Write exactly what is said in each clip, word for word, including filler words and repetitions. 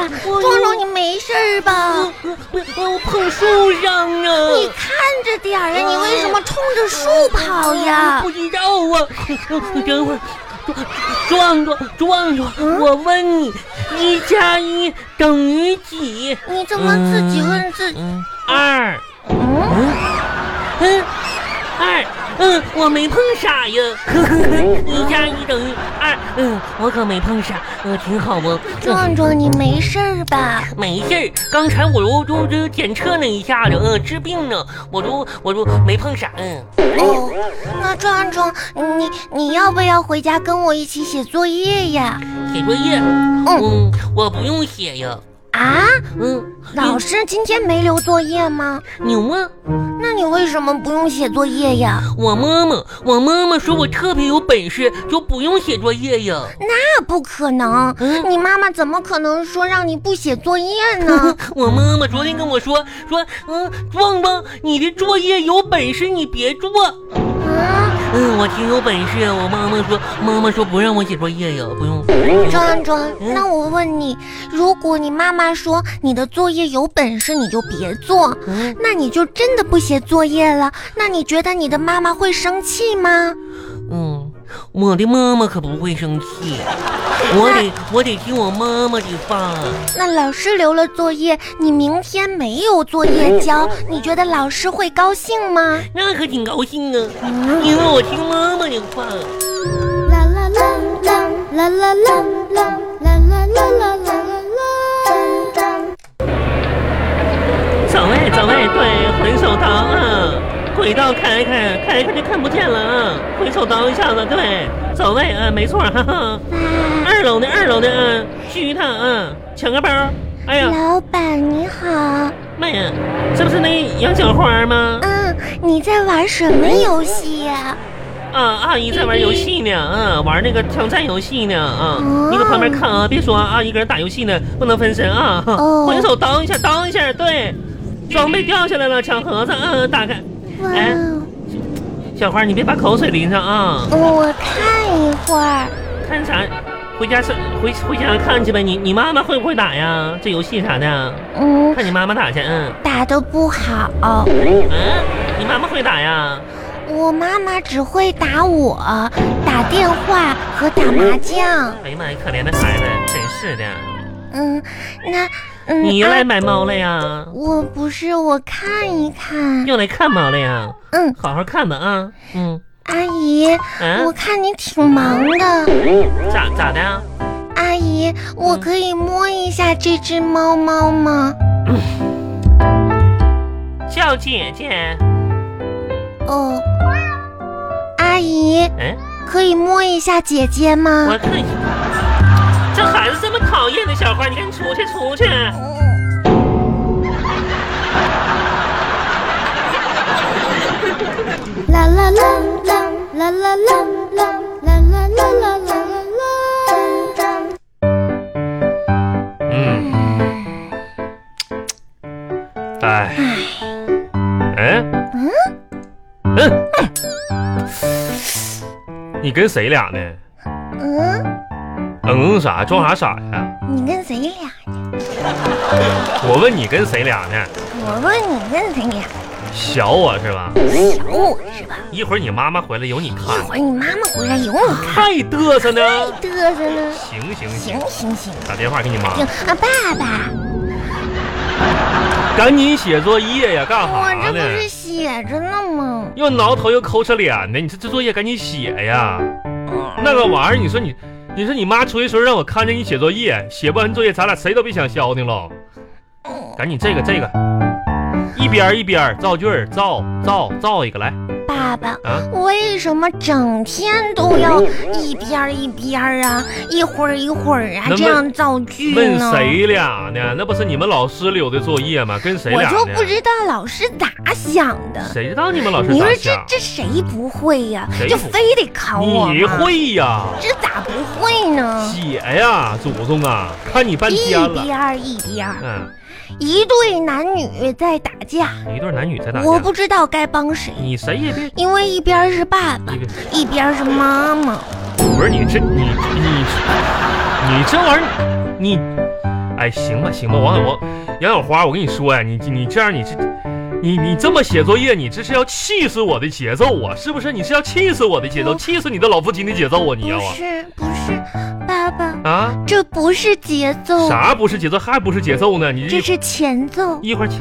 呀？壮壮，你没事吧？ 我我我碰树上了。 你看着点儿呀，你为什么冲着树跑呀？ 不知道啊。等会儿，壮壮壮壮，嗯、我问你，一加一等于几？ 你怎么自己问自己？ 嗯、二。嗯嗯二。嗯，我没碰傻呀。一加一等于二。嗯，我可没碰傻，呃，挺好不？ 壮壮，你没事吧？ 没事，刚才我就就就检测了一下子，嗯、呃，治病呢，我就我就没碰傻。嗯。 哦，那壮壮，你你要不要回家跟我一起写作业呀？ 写作业？嗯，嗯我不用写呀。 啊？ 嗯， 老师今天没留作业吗？ 有啊。 那你为什么不用写作业呀？ 我妈妈，我妈妈说我特别有本事，就不用写作业呀。 那不可能，嗯、你妈妈怎么可能说让你不写作业呢？ 我妈妈昨天跟我说说，嗯，壮壮，你的作业有本事，你别做。啊，嗯，我挺有本事啊。我妈妈说，妈妈说不让我写作业呀，不用。 壮壮，嗯、那我问你，如果你妈妈说你的作业有本事，你就别做，嗯、那你就真的不写作业了？那你觉得你的妈妈会生气吗？ 嗯，我的妈妈可不会生气，我得我得听我妈妈的话。 那老师留了作业，你明天没有作业交，你觉得老师会高兴吗？ 那可挺高兴啊，嗯、因为我听妈妈的话。 啦啦啦啦啦啦啦啦啦啦啦啦啦。 走位走位，对，回手刀啊，轨道开开开开就看不见了啊，回手刀一下子，对，走位啊，没错，哈哈。二楼的二楼的啊，虚他啊，抢个包。哎呀， 老板你好。 妈呀，这不是那杨小花吗？ 嗯，你在玩什么游戏呀？ 啊，阿姨在玩游戏呢，啊，玩那个挑战游戏呢，啊，哦、你搁旁边看啊，别说啊，一个人打游戏呢，不能分身啊，哦、回手当一下，当一下，对，装备掉下来了，抢盒子，嗯，打开，哎，小花，你别把口水淋上啊， 我看一会儿， 看啥？回家是回回家看去呗，你你妈妈会不会打呀？这游戏啥的，嗯，看你妈妈打去，嗯， 打得不好， 嗯，你妈妈会打呀？ 我妈妈只会打我，打电话和打麻将。 哎呀妈呀，可怜的孩子，真是的。 嗯，那嗯， 你又来买猫了呀？ 啊、我不是，我看一看。 又来看猫了呀？ 嗯， 好好看吧啊。嗯， 阿姨，啊、我看你挺忙的。 咋咋的呀？ 阿姨，我可以摸一下这只猫猫吗？ 嗯、叫姐姐。 哦，阿姨， 嗯， 可以摸一下姐姐吗？ 我可以。这孩子这么讨厌的小花，你赶紧出去出去。 啦啦啦啦啦啦啦啦啦啦啦啦啦。 嗯。哎。哎。嗯。嗯，你跟谁俩呢？ 嗯嗯啥？装啥傻呀？ 你跟谁俩呢？ 我问你跟谁俩呢？ 我问你跟谁俩？ 小我是吧？ 小我是吧？ 一会儿你妈妈回来有你看。 一会儿你妈妈回来有你看。 太嘚瑟呢！ 太嘚瑟呢！ 行行行行行， 打电话给你妈。 行啊，爸爸。 赶紧写作业呀，干啥呢？ 我这不是写着呢吗？ 又挠头又抠着脸的，你这这作业赶紧写呀！嗯、那个玩意儿，你说你，你说你妈出去时候让我看着你写作业，写不完作业，咱俩谁都别想消停了。赶紧这个这个，一边一边造句儿，造造造一个来。 爸爸，啊、为什么整天都要一边一边啊，一会儿一会儿啊这样造句呢？ 问谁俩呢？那不是你们老师留的作业吗？跟谁俩呢？ 我就不知道老师咋想的。 谁知道你们老师咋想？ 你说这这谁不会呀？就非得考我？ 你会呀？ 这咋不会呢？ 写呀，祖宗啊！看你半天了。 一边一边，嗯。一对男女在打架， 一对男女在打架， 我不知道该帮谁。 你谁也别， 因为一边是爸爸，一边是妈妈。 不是你这你你你这玩意儿，你哎，行吧行吧，王小王杨小花，我跟你说呀，你你这样你这你你这么写作业，你这是要气死我的节奏啊，是不是？你是要气死我的节奏，气死你的老父亲的节奏啊！你要啊？ 不是不是，爸爸啊， 这不是节奏。 啥不是节奏？还不是节奏呢？你这是前奏。 一会儿前。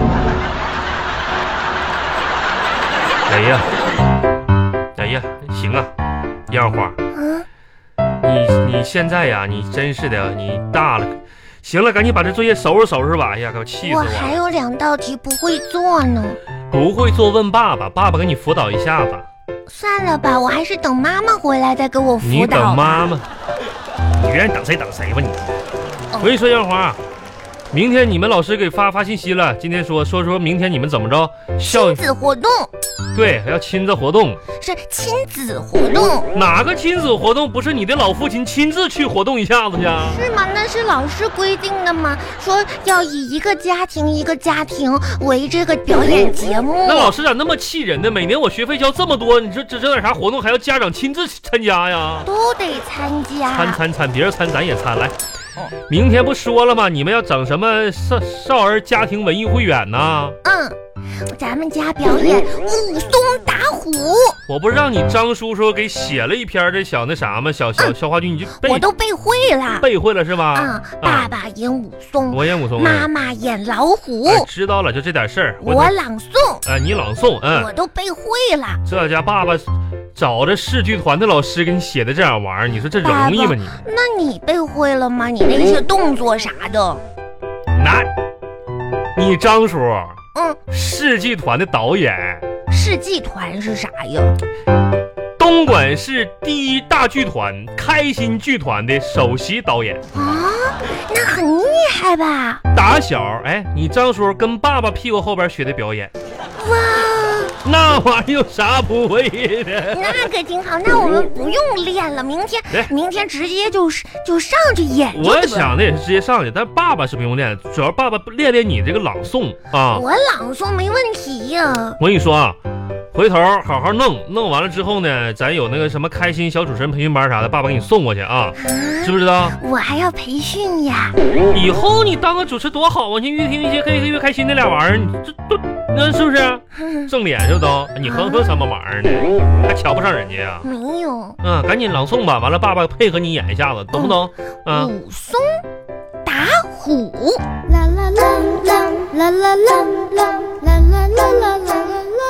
哎呀，哎呀，行啊，杨小花， 嗯， 你你现在呀，你真是的，你大了。行了，赶紧把这作业收拾收拾吧！哎呀，给我气死我了！ 我还有两道题不会做呢。 不会做问爸爸，爸爸给你辅导一下子。 算了吧，我还是等妈妈回来再给我辅导。 你等妈妈，你愿意等谁等谁吧你。 哦、 我跟你说，杨华，明天你们老师给发发信息了，今天说说说明天你们怎么着？ 亲子活动。 对，要亲子活动。 是亲子活动。 哪个亲子活动不是你的老父亲亲自去活动一下子去？ 是吗？那是老师规定的吗？说要以一个家庭一个家庭为这个表演节目。 那老师咋那么气人呢？每年我学费交这么多，你说这整点啥活动还要家长亲自参加呀？ 都得参加。 参参参，别人参咱也参来。明天不说了吗？你们要整什么少少儿家庭文艺汇演呢？ 嗯，咱们家表演武松打虎。 我不是让你张叔叔给写了一篇这小那啥吗？小小小话剧，你就背， 我都背会了， 背会了是吧？ 啊、嗯，爸爸演武松， 我演武松， 妈妈演老虎。 哎、知道了，就这点事儿。 我朗诵， 哎、呃，你朗诵，嗯， 我都背会了。 这家爸爸找着市剧团的老师给你写的这样玩意儿，你说这容易吗你？ 那你背会了吗？你那些动作啥的？ 那，你张叔， 嗯， 市剧团的导演。 市剧团是啥呀？ 东莞市第一大剧团开心剧团的首席导演啊，那很厉害吧？ 打小，哎，你张叔跟爸爸屁股后边学的表演。 哇， 那玩意有啥不会的？ 那可挺好，那我们不用练了，明天明天直接就是就上去演就得了。 我想的也是直接上去，但爸爸是不用练，主要爸爸练练你这个朗诵啊。 我朗诵没问题呀。 我跟你说啊。回头好好弄，弄完了之后呢，咱有那个什么开心小主持人培训班啥的，爸爸给你送过去啊，知不知道？ 我还要培训呀。 以后你当个主持多好啊！你越听一些越越开心那俩玩意儿，你这都那是不是正脸是不都？你哼哼什么玩意儿呢？还瞧不上人家呀？ 没有。 嗯，赶紧朗诵吧，完了爸爸配合你演一下子，懂不懂？ 嗯。武松打虎。 啦啦啦啦啦啦啦啦啦啦啦啦啦。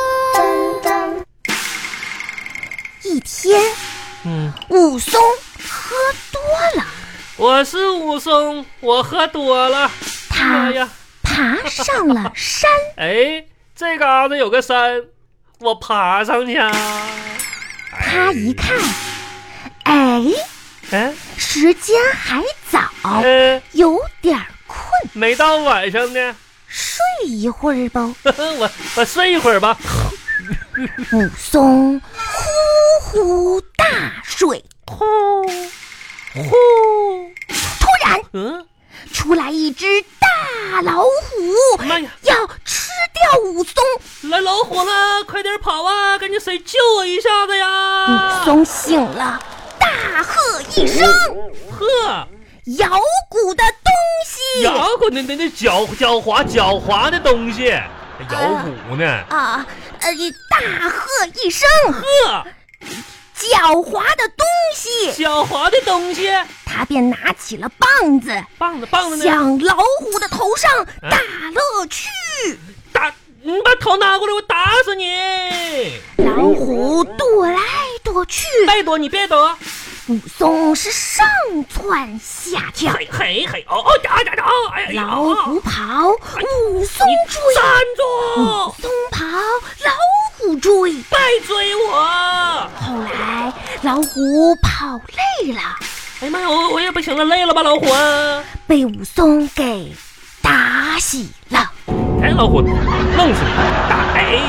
一天， 嗯， 武松喝多了。 我是武松，我喝多了。 他呀，爬上了山。 哎，这嘎子有个山，我爬上去啊。 他一看，哎， 哎， 时间还早， 哎， 有点困， 没到晚上呢， 睡一会儿吧。 我我睡一会儿吧。 武松呼呼大睡， 呼呼， 突然， 嗯， 出来一只大老虎， 妈呀， 要吃掉武松！ 来老虎了，快点跑啊！赶紧谁救我一下子呀！ 武松醒了，大喝一声：“ 呵！” 摇骨的东西， 摇骨那那那狡狡猾狡猾的东西，摇骨呢？ 啊，呃，大喝一声， 呵， 狡猾的东西， 狡猾的东西， 他便拿起了棒子， 棒子棒子呢， 向老虎的头上打了去。 打，你把头拿过来，我打死你！ 老虎躲来躲去， 别躲，你别躲。 武松是上蹿下跳， 嘿嘿嘿，哦哦呀呀呀！哎呀， 老虎跑，武松追， 站住！ 武松跑，老虎追， 别追我！ 后来老虎跑累了， 哎呀妈呀，我我也不行了，累了吧，老虎啊！ 被武松给打死了。 哎，老虎，弄死你！打哎！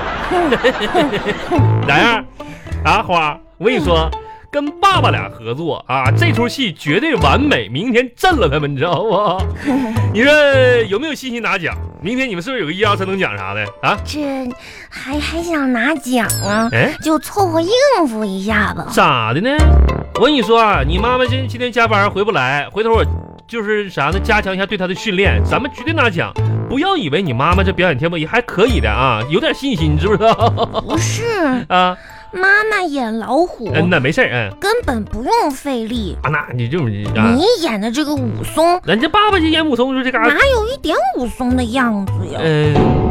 咋样？啊，花，我跟你说。跟爸爸俩合作啊，这出戏绝对完美，明天震了他们，你知道不？你说有没有信心拿奖？明天你们是不是有个一二三等奖啥的啊？ 这还还想拿奖啊？ 哎， 就凑合应付一下吧。 咋的呢？我跟你说啊，你妈妈今今天加班回不来，回头我就是啥呢？加强一下对他的训练，咱们绝对拿奖。不要以为你妈妈这表演天赋也还可以的啊，有点信心，知不知道？ 不是啊， 妈妈演老虎， 嗯，那没事嗯， 根本不用费力啊，那你就啊， 你演的这个武松， 人家爸爸就演武松，说这嘎、 哪有一点武松的样子呀？ 嗯、呃。